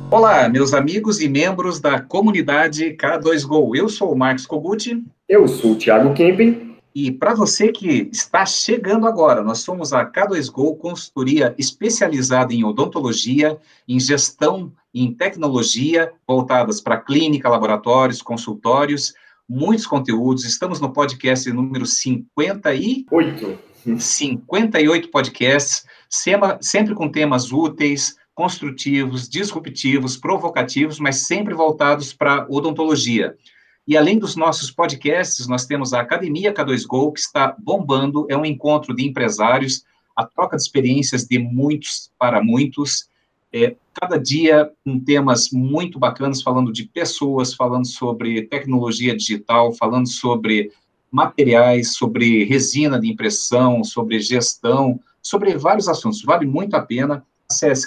Olá, meus amigos e membros da comunidade K2Go. Eu sou o Marcos Kogut. Eu sou o Thiago Kempen. E para você que está chegando agora, nós somos a K2Go, consultoria especializada em odontologia, em gestão, em tecnologia, voltadas para clínica, laboratórios, consultórios, muitos conteúdos. Estamos no podcast número 58 podcasts, sempre com temas úteis, construtivos, disruptivos, provocativos, mas sempre voltados para odontologia. E além dos nossos podcasts, nós temos a Academia K2Go, que está bombando, é um encontro de empresários, a troca de experiências de muitos para muitos, cada dia com temas muito bacanas, falando de pessoas, falando sobre tecnologia digital, falando sobre materiais, sobre resina de impressão, sobre gestão, sobre vários assuntos. Vale muito a pena. Acesse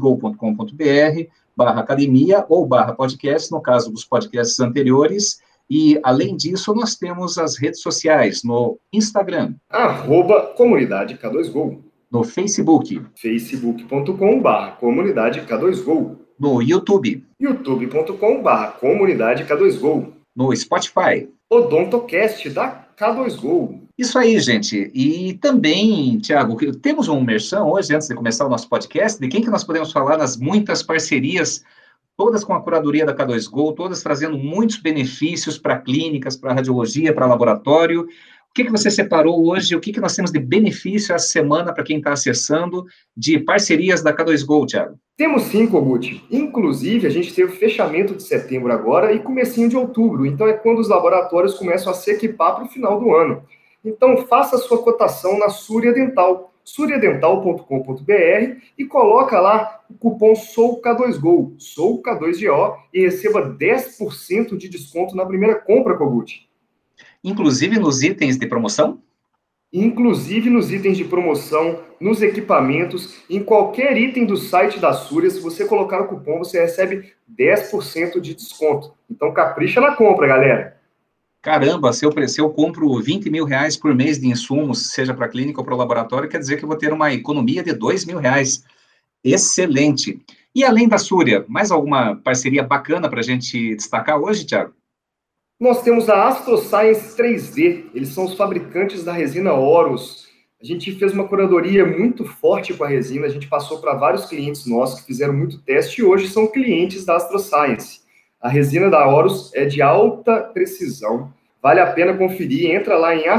k2go.com.br/academia ou /podcast, no caso dos podcasts anteriores. E, além disso, nós temos as redes sociais, no Instagram. @comunidade K2Go. No Facebook. facebook.com/comunidade K2Go. No YouTube. youtube.com/comunidade K2Go. No Spotify. Odontocast da K2Go. Isso aí, gente. E também, Thiago, temos um merchan hoje, antes de começar o nosso podcast, de quem que nós podemos falar nas muitas parcerias, todas com a curadoria da K2Go, todas trazendo muitos benefícios para clínicas, para radiologia, para laboratório. O que você separou hoje? O que nós temos de benefício essa semana para quem está acessando de parcerias da K2Go, Thiago? Temos sim, Kogut. Inclusive, a gente teve fechamento de setembro agora e comecinho de outubro. Então, é quando os laboratórios começam a se equipar para o final do ano. Então, faça a sua cotação na Súria Dental, suriadental.com.br, e coloca lá o cupom SOUK2GO, SOUK2GO, e receba 10% de desconto na primeira compra, Kogut. Inclusive nos itens de promoção? Inclusive nos itens de promoção, nos equipamentos, em qualquer item do site da Súria, se você colocar o cupom, você recebe 10% de desconto. Então, capricha na compra, galera. Caramba, se eu compro 20 mil reais por mês de insumos, seja para a clínica ou para o laboratório, quer dizer que eu vou ter uma economia de 2 mil reais. Excelente. E além da Súria, mais alguma parceria bacana para a gente destacar hoje, Thiago? Nós temos a AstroScience 3D, eles são os fabricantes da resina Horus. A gente fez uma curadoria muito forte com a resina, a gente passou para vários clientes nossos que fizeram muito teste e hoje são clientes da AstroScience. A resina da Horus é de alta precisão, vale a pena conferir, entra lá em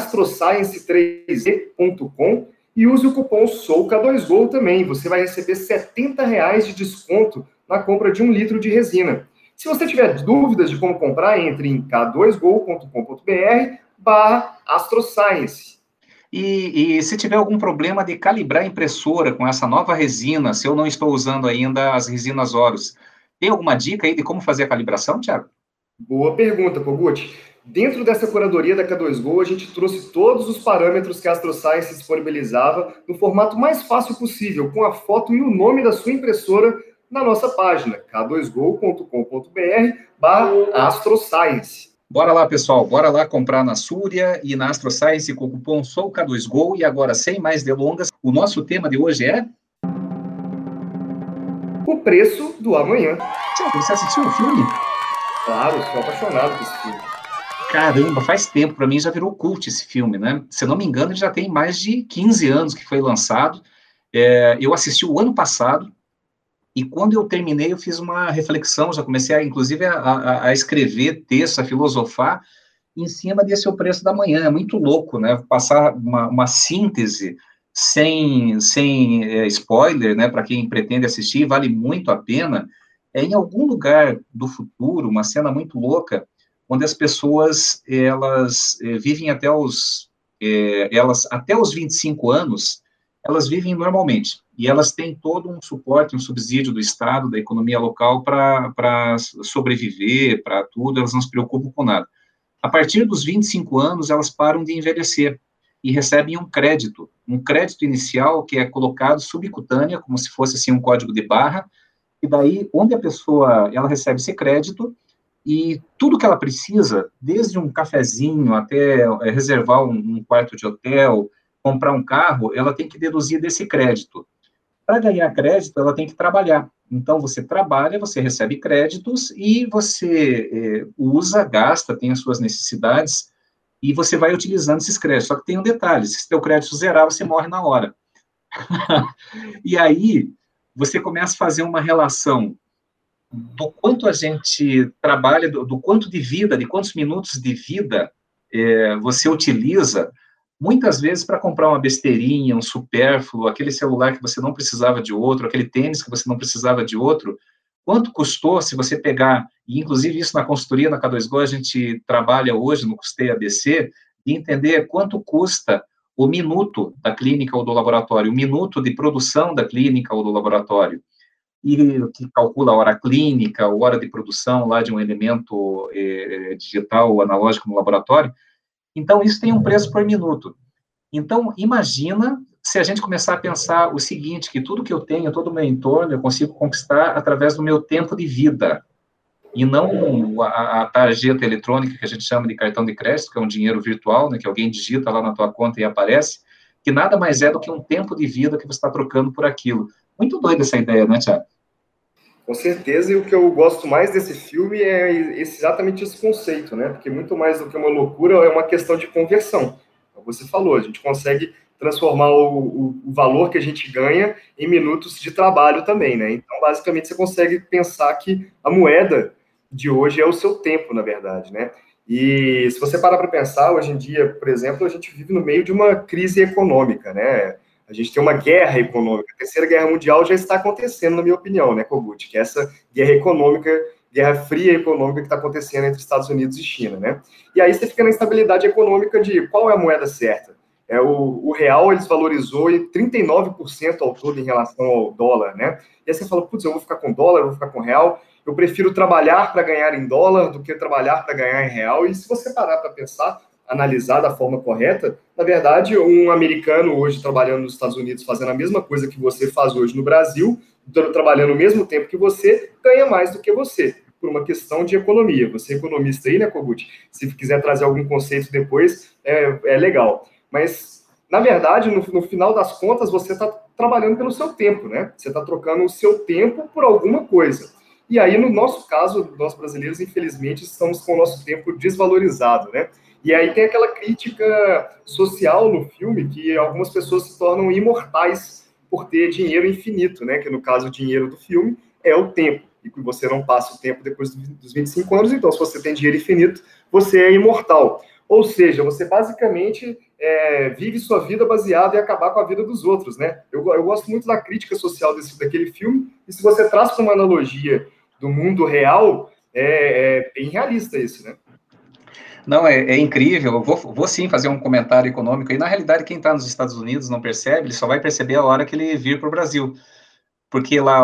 astroscience3d.com e use o cupom SOUK2GO também, você vai receber R$70 de desconto na compra de 1 litro de resina. Se você tiver dúvidas de como comprar, entre em k2go.com.br/astroscience. E se tiver algum problema de calibrar a impressora com essa nova resina, se eu não estou usando ainda as resinas Horus, tem alguma dica aí de como fazer a calibração, Thiago? Boa pergunta, Kogut. Dentro dessa curadoria da K2Go, a gente trouxe todos os parâmetros que a AstroScience disponibilizava no formato mais fácil possível, com a foto e o nome da sua impressora na nossa página, k2go.com.br/astroscience. Bora lá, pessoal, bora lá comprar na Súria e na AstroScience com o cupom SOUK2GO. E agora, sem mais delongas, o nosso tema de hoje é... O preço do amanhã. Tiago, você assistiu o filme? Claro, sou apaixonado por esse filme. Caramba, faz tempo, para mim já virou cult esse filme, né? Se não me engano, ele já tem mais de 15 anos que foi lançado. Eu assisti o ano passado, e quando eu terminei, eu fiz uma reflexão, já comecei, inclusive, a escrever texto, a filosofar, em cima desse O Preço da Manhã. É muito louco, né? Passar uma síntese sem spoiler, né? Para quem pretende assistir, vale muito a pena. Em algum lugar do futuro, uma cena muito louca, onde as pessoas, elas vivem até os 25 anos, elas vivem normalmente, e elas têm todo um suporte, um subsídio do Estado, da economia local, para sobreviver, para tudo, elas não se preocupam com nada. A partir dos 25 anos, elas param de envelhecer, e recebem um crédito inicial que é colocado subcutânea, como se fosse assim um código de barra, e daí, onde a pessoa, ela recebe esse crédito, e tudo que ela precisa, desde um cafezinho até reservar um quarto de hotel, comprar um carro, ela tem que deduzir desse crédito. Para ganhar crédito, ela tem que trabalhar. Então, você trabalha, você recebe créditos e você usa, gasta, tem as suas necessidades e você vai utilizando esses créditos. Só que tem um detalhe, se seu crédito zerar, você morre na hora. E aí, você começa a fazer uma relação do quanto a gente trabalha, do quanto de vida, de quantos minutos de vida você utiliza, muitas vezes para comprar uma besteirinha, um supérfluo, aquele celular que você não precisava de outro, aquele tênis que você não precisava de outro, quanto custou se você pegar, e inclusive isso na consultoria, na K2Go, a gente trabalha hoje no Custeio ABC, e entender quanto custa o minuto da clínica ou do laboratório, o minuto de produção da clínica ou do laboratório, e que calcula a hora clínica, a hora de produção lá de um elemento digital ou analógico no laboratório. Então, isso tem um preço por minuto. Então, imagina se a gente começar a pensar o seguinte, que tudo que eu tenho, todo o meu entorno, eu consigo conquistar através do meu tempo de vida, e não a tarjeta eletrônica, que a gente chama de cartão de crédito, que é um dinheiro virtual, né, que alguém digita lá na tua conta e aparece, que nada mais é do que um tempo de vida que você está trocando por aquilo. Muito doida essa ideia, né, Thiago? Com certeza, e o que eu gosto mais desse filme é exatamente esse conceito, né? Porque muito mais do que uma loucura, é uma questão de conversão. Como você falou, a gente consegue transformar o valor que a gente ganha em minutos de trabalho também, né? Então, basicamente, você consegue pensar que a moeda de hoje é o seu tempo, na verdade, né? E se você parar para pensar, hoje em dia, por exemplo, a gente vive no meio de uma crise econômica, né? A gente tem uma guerra econômica. A Terceira Guerra Mundial já está acontecendo, na minha opinião, né, Kogut? Que é essa guerra econômica, guerra fria econômica que está acontecendo entre Estados Unidos e China, né? E aí você fica na instabilidade econômica de qual é a moeda certa. O real, ele desvalorizou em 39% ao todo em relação ao dólar, né? E aí você fala, putz, eu vou ficar com dólar, eu vou ficar com real, eu prefiro trabalhar para ganhar em dólar do que trabalhar para ganhar em real. E se você parar para pensar, analisar da forma correta, na verdade, um americano hoje trabalhando nos Estados Unidos, fazendo a mesma coisa que você faz hoje no Brasil, trabalhando o mesmo tempo que você, ganha mais do que você, por uma questão de economia. Você é economista aí, né, Kogut? Se quiser trazer algum conceito depois, é legal. Mas, na verdade, no final das contas, você está trabalhando pelo seu tempo, né? Você está trocando o seu tempo por alguma coisa. E aí, no nosso caso, nós brasileiros, infelizmente, estamos com o nosso tempo desvalorizado, né? E aí tem aquela crítica social no filme que algumas pessoas se tornam imortais por ter dinheiro infinito, né? Que no caso o dinheiro do filme é o tempo, e que você não passa o tempo depois dos 25 anos, então se você tem dinheiro infinito, você é imortal. Ou seja, você basicamente vive sua vida baseada em acabar com a vida dos outros, né? Eu gosto muito da crítica social daquele filme, e se você traz para uma analogia do mundo real, é bem realista isso, né? Não, é incrível. Eu vou sim fazer um comentário econômico. E, na realidade, quem está nos Estados Unidos não percebe, ele só vai perceber a hora que ele vir para o Brasil. Porque lá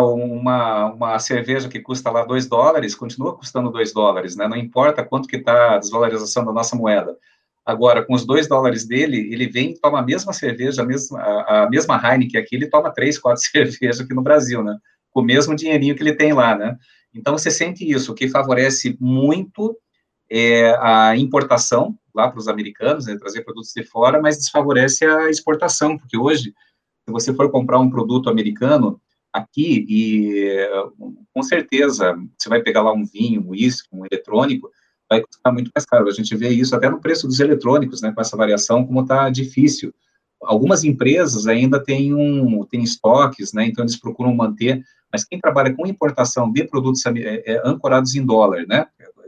uma cerveja que custa lá $2 continua custando $2, né? Não importa quanto que está a desvalorização da nossa moeda. Agora, com os $2 dele, ele vem e toma a mesma cerveja, a mesma Heineken aqui, ele toma 3, 4 cervejas aqui no Brasil, né? Com o mesmo dinheirinho que ele tem lá, né? Então, você sente isso, o que favorece muito a importação lá para os americanos, né, trazer produtos de fora, mas desfavorece a exportação, porque hoje, se você for comprar um produto americano aqui, com certeza, você vai pegar lá um vinho, um uísque, um eletrônico, vai custar muito mais caro. A gente vê isso até no preço dos eletrônicos, né, com essa variação, como está difícil. Algumas empresas ainda têm estoques, né, então eles procuram manter, mas quem trabalha com importação de produtos ancorados em dólar, né,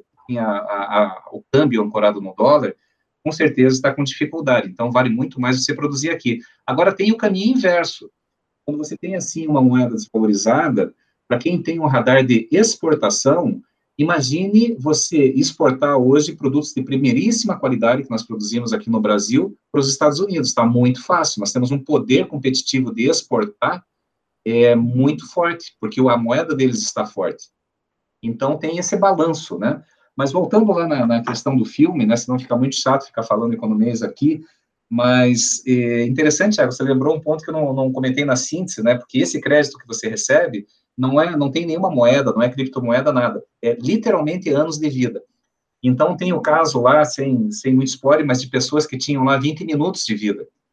o câmbio ancorado no dólar, com certeza está com dificuldade. Então, vale muito mais você produzir aqui. Agora, tem o caminho inverso. Quando você tem, assim, uma moeda desvalorizada, para quem tem um radar de exportação, imagine você exportar hoje produtos de primeiríssima qualidade que nós produzimos aqui no Brasil para os Estados Unidos. Está muito fácil. Nós temos um poder competitivo de exportar muito forte, porque a moeda deles está forte. Então, tem esse balanço, né? Mas voltando lá na questão do filme, né, senão fica muito chato ficar falando economês aqui, mas interessante, Thiago, você lembrou um ponto que eu não comentei na síntese, né, porque esse crédito que você recebe não tem nenhuma moeda, não é criptomoeda, nada, é literalmente anos de vida. Então, tem o caso lá, sem muito spoiler, mas de pessoas que tinham lá 20 minutos de vida.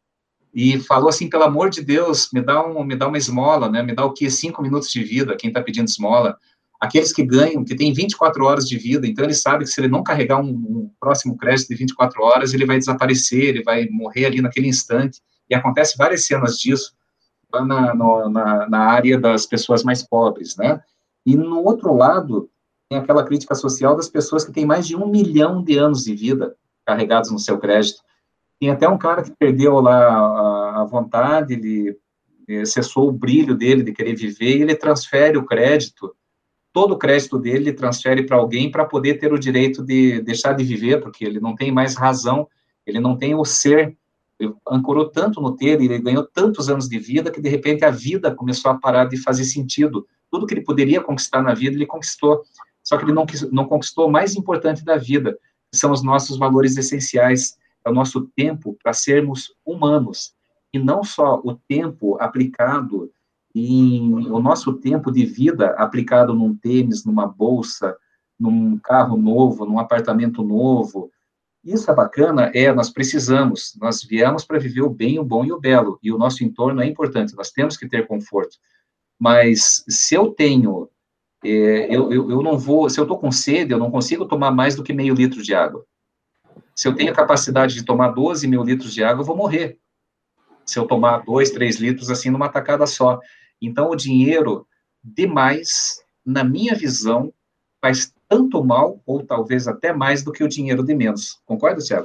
e falou assim, pelo amor de Deus, me dá uma esmola, né, me dá o quê? 5 minutos de vida, quem está pedindo esmola. Aqueles que ganham, que têm 24 horas de vida, então ele sabe que se ele não carregar um próximo crédito de 24 horas, ele vai desaparecer, ele vai morrer ali naquele instante, e acontece várias cenas disso, lá na área das pessoas mais pobres, né? E no outro lado, tem aquela crítica social das pessoas que têm mais de 1 milhão de anos de vida carregados no seu crédito. Tem até um cara que perdeu lá a vontade, ele cessou o brilho dele de querer viver, e ele transfere o crédito, todo o crédito dele, ele transfere para alguém para poder ter o direito de deixar de viver, porque ele não tem mais razão, ele não tem o ser, ele ancorou tanto no ter, ele ganhou tantos anos de vida, que de repente a vida começou a parar de fazer sentido. Tudo que ele poderia conquistar na vida, ele conquistou, só que ele não conquistou o mais importante da vida, que são os nossos valores essenciais, é o nosso tempo para sermos humanos, e não só o tempo aplicado o nosso tempo de vida aplicado num tênis, numa bolsa, num carro novo, num apartamento novo. Isso é bacana? Nós precisamos, nós viemos para viver o bem, o bom e o belo, e o nosso entorno é importante, nós temos que ter conforto. Mas se eu tenho, eu não vou, se eu estou com sede, eu não consigo tomar mais do que meio litro de água. Se eu tenho a capacidade de tomar 12 mil litros de água, eu vou morrer. Se eu tomar 2, 3 litros assim numa tacada só. Então, o dinheiro demais, na minha visão, faz tanto mal, ou talvez até mais, do que o dinheiro de menos. Concorda, Thiago?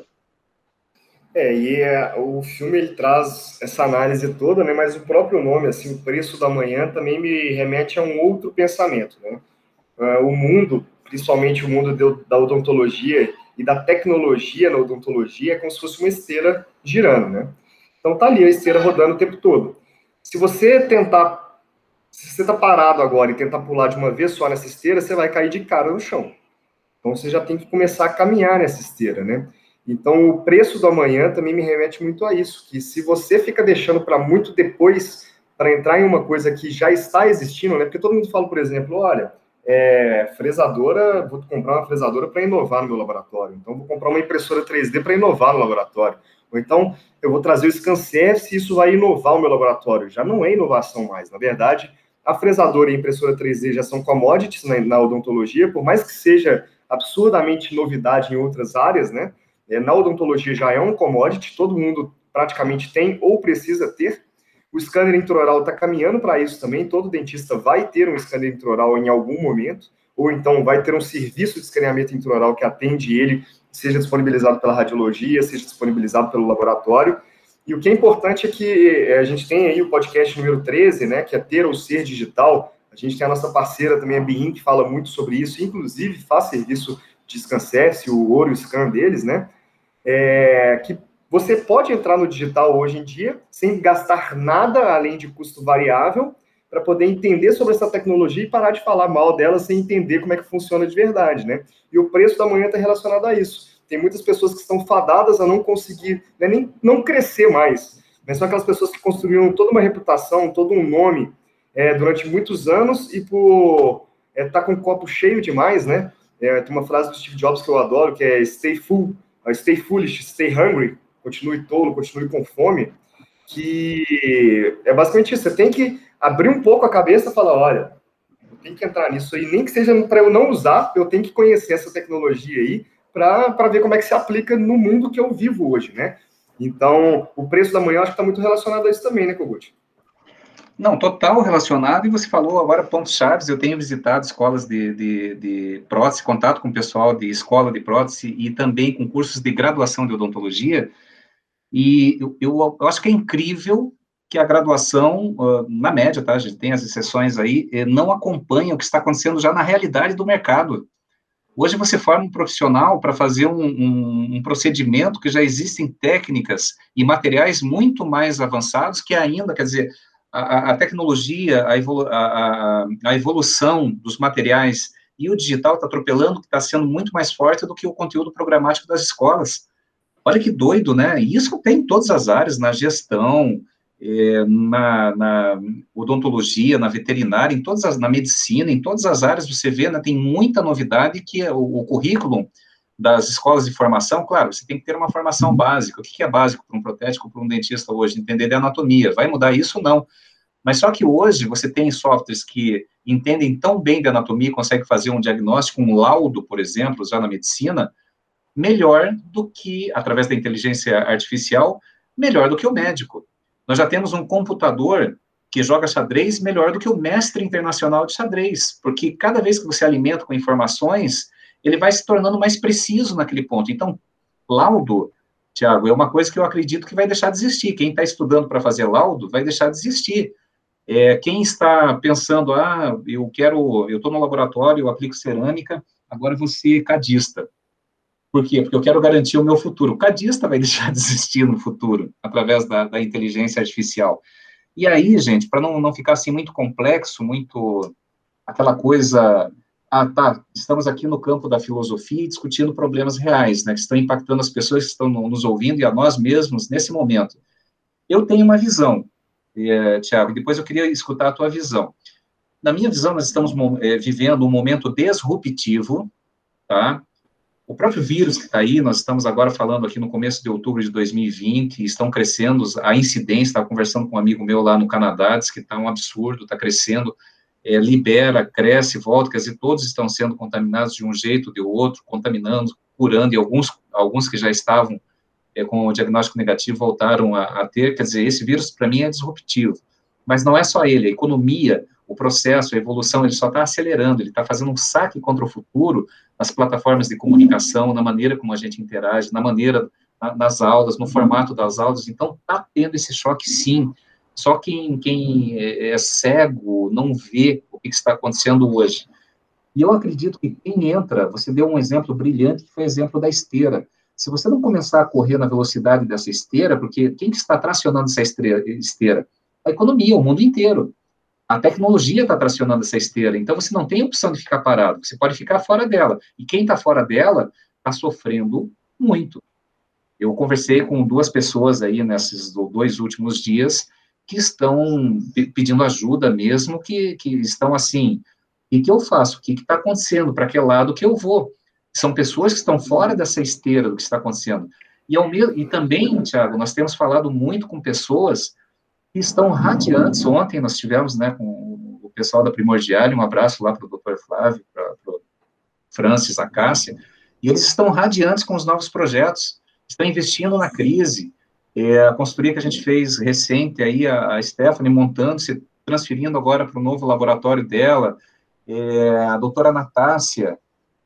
O filme ele traz essa análise toda, né? Mas o próprio nome, assim, O Preço da Manhã, também me remete a um outro pensamento, né? O mundo, principalmente o mundo da odontologia e da tecnologia na odontologia, é como se fosse uma esteira girando, né? Então tá ali a esteira rodando o tempo todo. Se você está parado agora e tentar pular de uma vez só nessa esteira, você vai cair de cara no chão. Então você já tem que começar a caminhar nessa esteira, né? Então o preço do amanhã também me remete muito a isso, que se você fica deixando para muito depois para entrar em uma coisa que já está existindo, né? Porque todo mundo fala, por exemplo, olha, fresadora, vou comprar uma fresadora para inovar no meu laboratório. Então vou comprar uma impressora 3D para inovar no laboratório. Ou então eu vou trazer o ScanCF e isso vai inovar o meu laboratório. Já não é inovação mais. Na verdade, a fresadora e a impressora 3D já são commodities na odontologia, por mais que seja absurdamente novidade em outras áreas, né? Na odontologia já é um commodity, todo mundo praticamente tem ou precisa ter. O scanner intraoral está caminhando para isso também, todo dentista vai ter um scanner intraoral em algum momento, ou então vai ter um serviço de escaneamento intraoral que atende ele, seja disponibilizado pela radiologia, seja disponibilizado pelo laboratório. E o que é importante é que a gente tem aí o podcast número 13, né, que é Ter ou Ser Digital. A gente tem a nossa parceira também, a BIM, que fala muito sobre isso, inclusive faz serviço de ScanCef, o Ouro Scan deles, né, que você pode entrar no digital hoje em dia sem gastar nada além de custo variável para poder entender sobre essa tecnologia e parar de falar mal dela sem entender como é que funciona de verdade, né? E o preço da manhã está relacionado a isso. Tem muitas pessoas que estão fadadas a não conseguir, né, nem não crescer mais. Mas são aquelas pessoas que construíram toda uma reputação, todo um nome durante muitos anos e por estar com o copo cheio demais, né? Tem uma frase do Steve Jobs que eu adoro, que é stay foolish, stay hungry, continue tolo, continue com fome, que é basicamente isso. Você tem que abrir um pouco a cabeça e falar, olha, eu tenho que entrar nisso aí, nem que seja para eu não usar, eu tenho que conhecer essa tecnologia aí para ver como é que se aplica no mundo que eu vivo hoje, né? Então, o preço da manhã, eu acho que está muito relacionado a isso também, né, Kogut? Não, total relacionado, e você falou agora pontos chaves. Eu tenho visitado escolas de prótese, contato com o pessoal de escola de prótese e também com cursos de graduação de odontologia, e eu acho que é incrível que a graduação, na média, tá, a gente tem as exceções aí, não acompanha o que está acontecendo já na realidade do mercado. Hoje você forma um profissional para fazer um procedimento que já existem técnicas e materiais muito mais avançados que ainda, quer dizer, a tecnologia, a evolução dos materiais e o digital está atropelando, que está sendo muito mais forte do que o conteúdo programático das escolas. Olha que doido, né? E isso tem em todas as áreas, na gestão, na odontologia, na veterinária, na medicina, em todas as áreas você vê, né, tem muita novidade que o currículo, das escolas de formação, claro, você tem que ter uma formação básica. O que é básico para um protético, para um dentista hoje? Entender de anatomia. Vai mudar isso? Não. Mas só que hoje você tem softwares que entendem tão bem de anatomia, conseguem fazer um diagnóstico, um laudo, por exemplo, já na medicina, melhor do que, através da inteligência artificial, melhor do que o médico. Nós já temos um computador que joga xadrez melhor do que o mestre internacional de xadrez, porque cada vez que você alimenta com informações, ele vai se tornando mais preciso naquele ponto. Então, laudo, Tiago, é uma coisa que eu acredito que vai deixar de existir. Quem está estudando para fazer laudo vai deixar de existir. Quem está pensando, eu estou no laboratório, eu aplico cerâmica, agora eu vou ser cadista. Por quê? Porque eu quero garantir o meu futuro. O cadista vai deixar de existir no futuro, através da inteligência artificial. E aí, gente, para não ficar assim muito complexo, muito aquela coisa, estamos aqui no campo da filosofia discutindo problemas reais, né, que estão impactando as pessoas que estão nos ouvindo e a nós mesmos nesse momento. Eu tenho uma visão, Tiago, e depois eu queria escutar a tua visão. Na minha visão, nós estamos vivendo um momento disruptivo, tá? O próprio vírus que está aí, nós estamos agora falando aqui no começo de outubro de 2020, estão crescendo a incidência, estava conversando com um amigo meu lá no Canadá, diz que está um absurdo, está crescendo, libera, cresce, volta, quer dizer, todos estão sendo contaminados de um jeito ou de outro, contaminando, curando, e alguns que já estavam com o diagnóstico negativo voltaram a ter, quer dizer, esse vírus para mim é disruptivo, mas não é só ele, a economia, o processo, a evolução, ele só está acelerando, ele está fazendo um saque contra o futuro nas plataformas de comunicação, na maneira como a gente interage, na maneira, nas aulas, no formato das aulas, então está tendo esse choque sim, só quem é cego não vê o que está acontecendo hoje. E eu acredito que quem entra, você deu um exemplo brilhante, que foi o exemplo da esteira. Se você não começar a correr na velocidade dessa esteira, porque quem que está tracionando essa esteira? A economia, o mundo inteiro. A tecnologia está tracionando essa esteira, então você não tem opção de ficar parado, você pode ficar fora dela. E quem está fora dela está sofrendo muito. Eu conversei com 2 pessoas aí nesses 2 últimos dias que estão pedindo ajuda mesmo, que estão assim, o que eu faço? O que está acontecendo? Para que lado que eu vou? São pessoas que estão fora dessa esteira do que está acontecendo. E também, Thiago, nós temos falado muito com pessoas que estão radiantes. Ontem nós tivemos, né, com o pessoal da Primordial, um abraço lá para o Dr. Flávio, para o Francis, a Cássia, e eles estão radiantes com os novos projetos, estão investindo na crise, a consultoria que a gente fez recente, aí a Stephanie montando, se transferindo agora para o novo laboratório dela, a doutora Natácia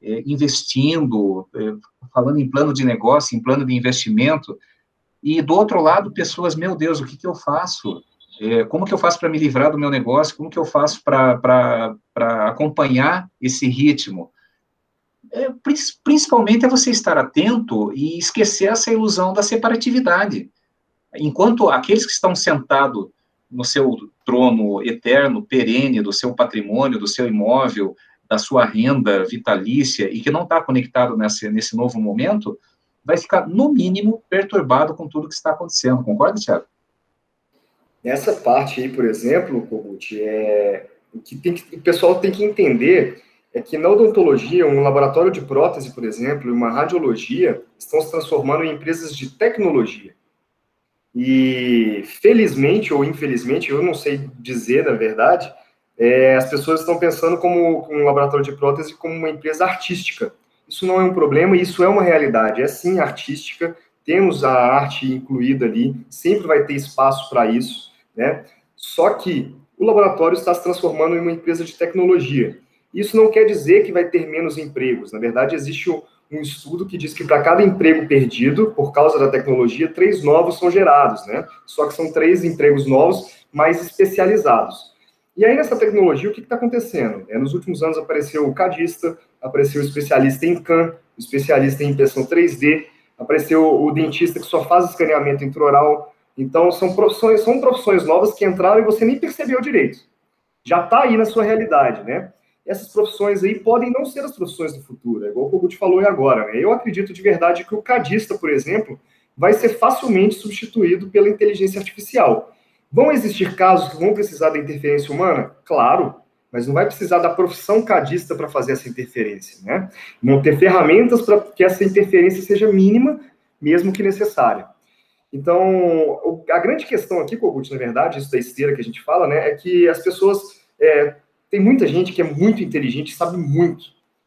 investindo, falando em plano de negócio, em plano de investimento, e do outro lado, pessoas, meu Deus, o que eu faço? Como que eu faço para me livrar do meu negócio? Como que eu faço para acompanhar esse ritmo? Principalmente é você estar atento e esquecer essa ilusão da separatividade. Enquanto aqueles que estão sentados no seu trono eterno, perene, do seu patrimônio, do seu imóvel, da sua renda vitalícia, e que não está conectado nesse novo momento, vai ficar, no mínimo, perturbado com tudo que está acontecendo. Concorda, Thiago? Nessa parte aí, por exemplo, Kogut, o pessoal tem que entender é que na odontologia, um laboratório de prótese, por exemplo, e uma radiologia estão se transformando em empresas de tecnologia. E, felizmente ou infelizmente, eu não sei dizer, na verdade, as pessoas estão pensando como um laboratório de prótese como uma empresa artística. Isso não é um problema, isso é uma realidade. É sim artística, temos a arte incluída ali, sempre vai ter espaço para isso, né? Só que o laboratório está se transformando em uma empresa de tecnologia. Isso não quer dizer que vai ter menos empregos. Na verdade, existe um estudo que diz que para cada emprego perdido, por causa da tecnologia, 3 novos são gerados, né? Só que são 3 empregos novos, mais especializados. E aí, nessa tecnologia, o que está acontecendo? Nos últimos anos apareceu o cadista, apareceu o especialista em CAM, o especialista em impressão 3D, apareceu o dentista que só faz escaneamento intraoral. Então, são profissões novas que entraram e você nem percebeu direito. Já está aí na sua realidade, né? Essas profissões aí podem não ser as profissões do futuro, igual o Kogut falou agora, né? Eu acredito de verdade que o cadista, por exemplo, vai ser facilmente substituído pela inteligência artificial. Vão existir casos que vão precisar da interferência humana? Claro. mas não vai precisar da profissão cadista para fazer essa interferência, né? Vão ter ferramentas para que essa interferência seja mínima, mesmo que necessária. Então, a grande questão aqui, Kogut, na verdade, isso da esteira que a gente fala, né, é que as pessoas... tem muita gente que é muito inteligente, sabe muito,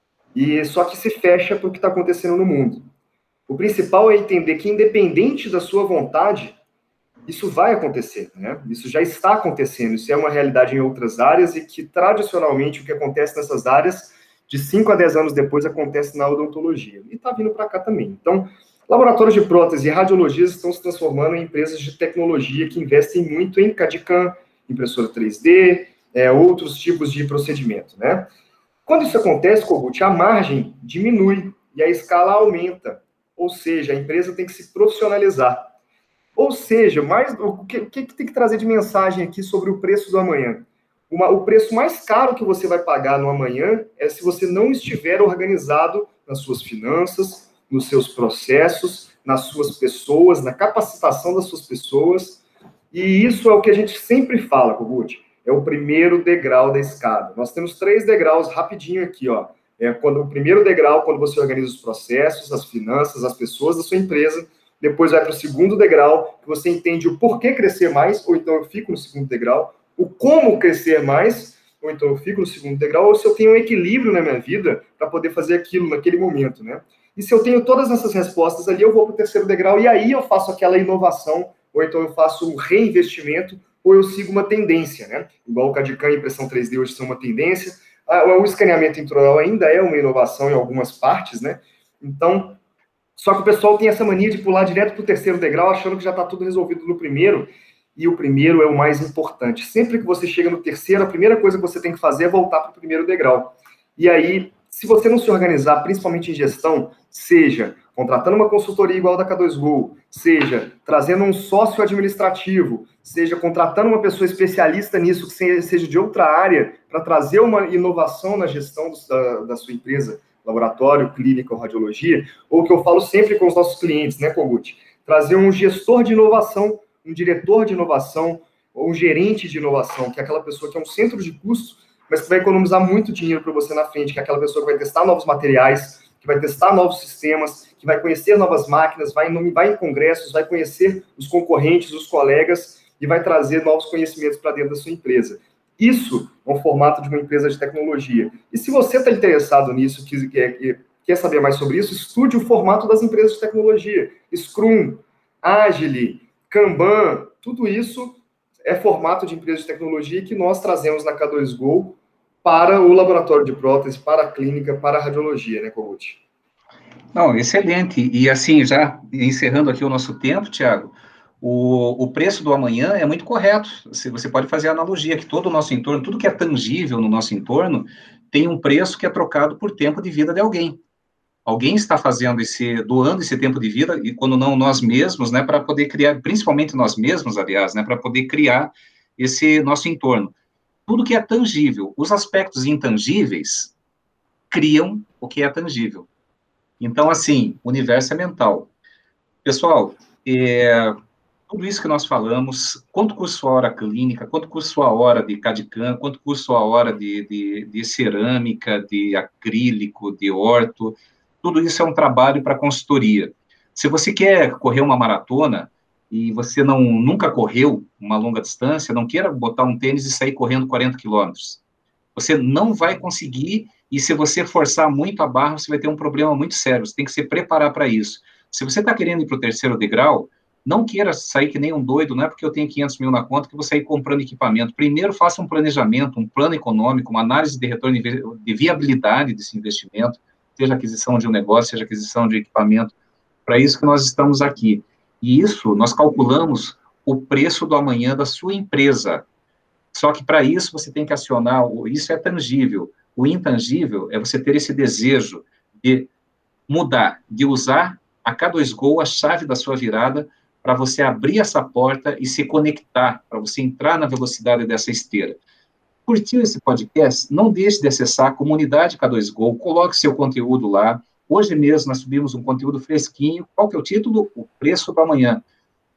e só que se fecha para o que está acontecendo no mundo. O principal é entender que, independente da sua vontade, isso vai acontecer, né? Isso já está acontecendo, isso é uma realidade em outras áreas e que, tradicionalmente, o que acontece nessas áreas, de 5 a 10 anos depois, acontece na odontologia. E está vindo para cá também. Então, laboratórios de prótese e radiologias estão se transformando em empresas de tecnologia que investem muito em CAD/CAM, impressora 3D, outros tipos de procedimento, né? Quando isso acontece, Kogut, a margem diminui e a escala aumenta. Ou seja, a empresa tem que se profissionalizar. Ou seja, o que tem que trazer de mensagem aqui sobre o preço do amanhã? O preço mais caro que você vai pagar no amanhã é se você não estiver organizado nas suas finanças, nos seus processos, nas suas pessoas, na capacitação das suas pessoas. E isso é o que a gente sempre fala, Kogut. É o primeiro degrau da escada. Nós temos 3 degraus rapidinho aqui, ó. O primeiro degrau, quando você organiza os processos, as finanças, as pessoas da sua empresa. Depois vai para o segundo degrau, que você entende o porquê crescer mais, ou então eu fico no segundo degrau. O como crescer mais, ou então eu fico no segundo degrau, ou se eu tenho um equilíbrio na minha vida para poder fazer aquilo naquele momento, né? E se eu tenho todas essas respostas ali, eu vou para o terceiro degrau e aí eu faço aquela inovação, ou então eu faço um reinvestimento, ou eu sigo uma tendência, né? Igual o CAD/CAM e impressão 3D hoje são uma tendência, o escaneamento intraoral ainda é uma inovação em algumas partes, né? Então, só que o pessoal tem essa mania de pular direto para o terceiro degrau, achando que já está tudo resolvido no primeiro, e o primeiro é o mais importante. Sempre que você chega no terceiro, a primeira coisa que você tem que fazer é voltar para o primeiro degrau. E aí, se você não se organizar, principalmente em gestão, seja contratando uma consultoria igual da K2Go, seja trazendo um sócio administrativo, seja contratando uma pessoa especialista nisso, que seja de outra área, para trazer uma inovação na gestão da sua empresa, laboratório, clínica ou radiologia, ou o que eu falo sempre com os nossos clientes, né, Kogut? Trazer um gestor de inovação, um diretor de inovação, ou um gerente de inovação, que é aquela pessoa que é um centro de custo, mas que vai economizar muito dinheiro para você na frente, que é aquela pessoa que vai testar novos materiais, que vai testar novos sistemas, que vai conhecer novas máquinas, vai em congressos, vai conhecer os concorrentes, os colegas, e vai trazer novos conhecimentos para dentro da sua empresa. Isso é um formato de uma empresa de tecnologia. E se você está interessado nisso, quer saber mais sobre isso, estude o formato das empresas de tecnologia. Scrum, Agile, Kanban, tudo isso é formato de empresa de tecnologia que nós trazemos na K2Go para o laboratório de prótese, para a clínica, para a radiologia, né, Kogut? Não, excelente. E assim, já encerrando aqui o nosso tempo, Thiago, o preço do amanhã é muito correto. Você pode fazer a analogia que todo o nosso entorno, tudo que é tangível no nosso entorno, tem um preço que é trocado por tempo de vida de alguém. Alguém está doando esse tempo de vida, e quando não nós mesmos, né, para poder criar, principalmente nós mesmos, aliás, né, para poder criar esse nosso entorno. Tudo que é tangível, os aspectos intangíveis criam o que é tangível. Então, assim, o universo é mental. Pessoal, tudo isso que nós falamos, quanto custa sua hora clínica, quanto custa sua hora de CAD/CAM, quanto custa sua hora de cerâmica, de acrílico, de orto, tudo isso é um trabalho para consultoria. Se você quer correr uma maratona e você nunca correu uma longa distância, não queira botar um tênis e sair correndo 40 quilômetros. Você não vai conseguir, e se você forçar muito a barra, você vai ter um problema muito sério, você tem que se preparar para isso. Se você está querendo ir para o terceiro degrau, não queira sair que nem um doido, não é porque eu tenho 500 mil na conta que eu vou sair comprando equipamento. Primeiro, faça um planejamento, um plano econômico, uma análise de retorno de viabilidade desse investimento, seja aquisição de um negócio, seja aquisição de equipamento. Para isso que nós estamos aqui. E isso, nós calculamos o preço do amanhã da sua empresa. Só que para isso você tem que acionar, isso é tangível. O intangível é você ter esse desejo de mudar, de usar a K2Go, a chave da sua virada, para você abrir essa porta e se conectar, para você entrar na velocidade dessa esteira. Curtiu esse podcast? Não deixe de acessar a comunidade K2Go, coloque seu conteúdo lá. Hoje mesmo nós subimos um conteúdo fresquinho. Qual que é o título? O preço do amanhã.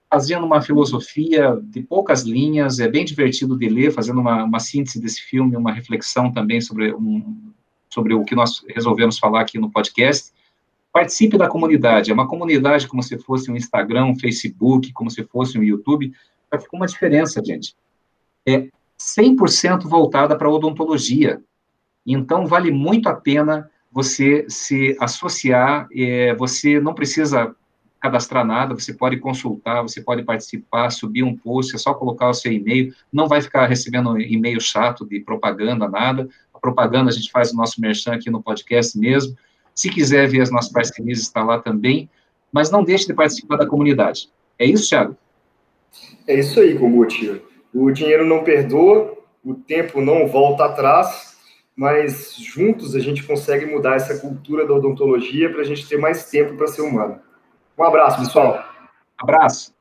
fazendo uma filosofia de poucas linhas, é bem divertido de ler, fazendo uma síntese desse filme, uma reflexão também sobre o que nós resolvemos falar aqui no podcast. Participe da comunidade, é uma comunidade como se fosse um Instagram, um Facebook, como se fosse um YouTube, só que com uma diferença, gente. É 100% voltada para a odontologia. Então, vale muito a pena você se associar, você não precisa cadastrar nada, você pode consultar, você pode participar, subir um post, é só colocar o seu e-mail, não vai ficar recebendo e-mail chato de propaganda, nada. A propaganda a gente faz o nosso merchan aqui no podcast mesmo. Se quiser ver as nossas parcerias, está lá também, mas não deixe de participar da comunidade. É isso, Thiago? É isso aí, Kogut. O dinheiro não perdoa, o tempo não volta atrás, mas juntos a gente consegue mudar essa cultura da odontologia para a gente ter mais tempo para ser humano. Um abraço, pessoal. Abraço.